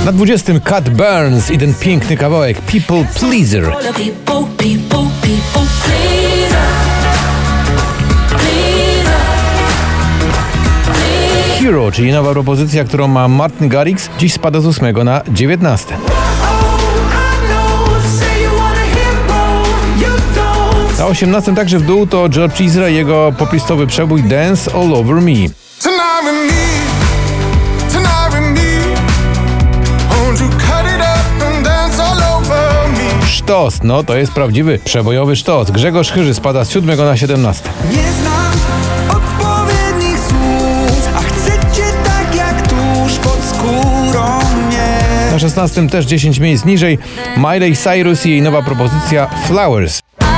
Na 20 Cat Burns i ten piękny kawałek People Pleaser. Hero, czyli nowa propozycja, którą ma Martin Garrix, dziś spada z 8 na 19. Na 18 także w dół to George Ezra i jego poplistowy przebój Dance All Over Me. Sztos, no to jest prawdziwy przebojowy sztos. Grzegorz Chyży spada z 7 na 17. Nie znam odpowiednich słów, a chcę cię tak jak tuż pod skórą mnie. Na 16 też 10 miejsc niżej Miley Cyrus i jej nowa propozycja Flowers.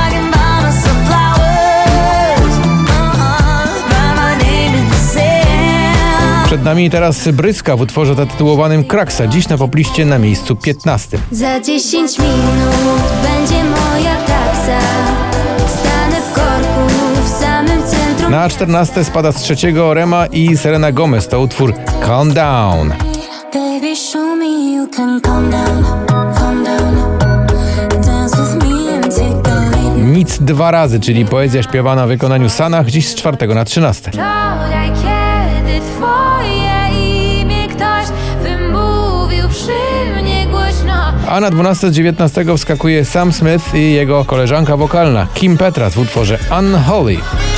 Przed nami teraz Bryska w utworze zatytułowanym Kraksa, dziś na popliście na miejscu 15. Za 10 minut będzie moja taksa. Stanę w korku w samym centrum. Na 14 spada z 3 Rema i Selena Gomez, to utwór Calm Down. Baby, show me you can calm down, calm down. Dance with me and take the lead. Nic dwa razy, czyli poezja śpiewana w wykonaniu Sanach, dziś z 4 na 13. Wczoraj, kiedy twoje imię ktoś wymówił przy mnie głośno. A na 12 z 19 wskakuje Sam Smith i jego koleżanka wokalna Kim Petras w utworze Unholy.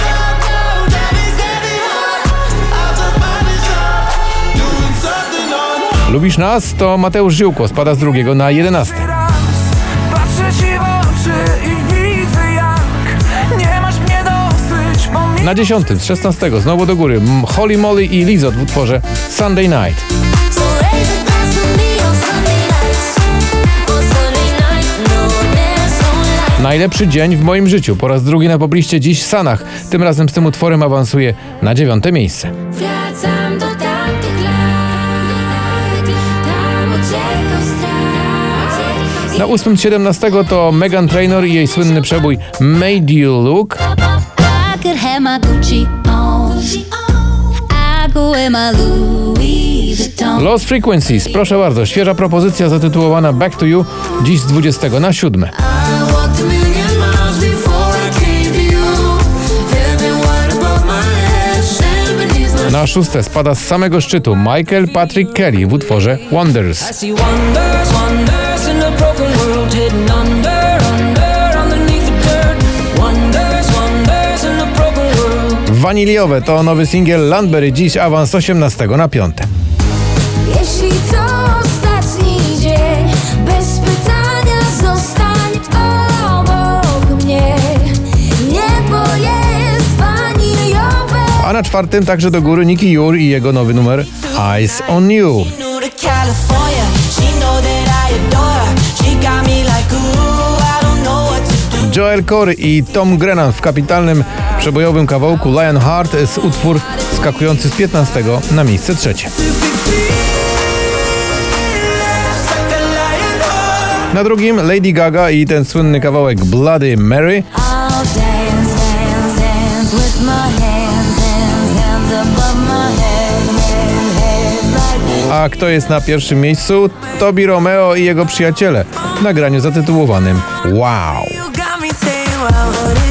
Lubisz nas? To Mateusz Ziółko spada z 2 na 11. Patrzę ci w oczy i widzę jak nie masz mnie dosyć. Na 10 z 16 znowu do góry Holly Molly i Lizzo w utworze Sunday Night. So raise a glass for me on Sunday nights. On Sunday night, no dance all night. Najlepszy dzień w moim życiu. Po raz drugi na pobliście dziś Sanach. Tym razem z tym utworem awansuje na 9 miejsce. Wracam do tamtych lat. Tam uciekał strach. Na 8 z 17 to Meghan Trainor i jej słynny przebój Made You Look. I could have my Gucci on. I go wear my Louis Vuitton. Lost Frequencies, proszę bardzo, świeża propozycja zatytułowana Back to You, dziś z 20 na 7. I walked a million miles before I came to you. Heaven wide above my head. Champagne is my Na 6 spada z samego szczytu Michael Patrick Kelly w utworze Wonders. I see wonders, wonders in a broken world hidden under, underneath the dirt. Wonders, wonders in a broken world. Waniliowe to nowy singiel Landberry, dziś awans 18 na 5. Jeśli to ostatni dzień, bez pytania zostań obok mnie. Niebo jest waniliowe. A na 4 także do góry Nicky Jur i jego nowy numer Eyes on You. New to California, she know that I adore her. She got me like ooh, I don't know what to do. Joel Corey i Tom Grennan w kapitalnym przebojowym kawałku Lionheart jest utwór skakujący z 15 na miejsce 3. Na drugim Lady Gaga i ten słynny kawałek Bloody Mary. I'll dance, dance, dance with my hands, hands, hands above my head, head, head, like A kto jest na pierwszym miejscu? Tobi Romeo i jego przyjaciele w nagraniu zatytułowanym Wow. You got me saying, well, what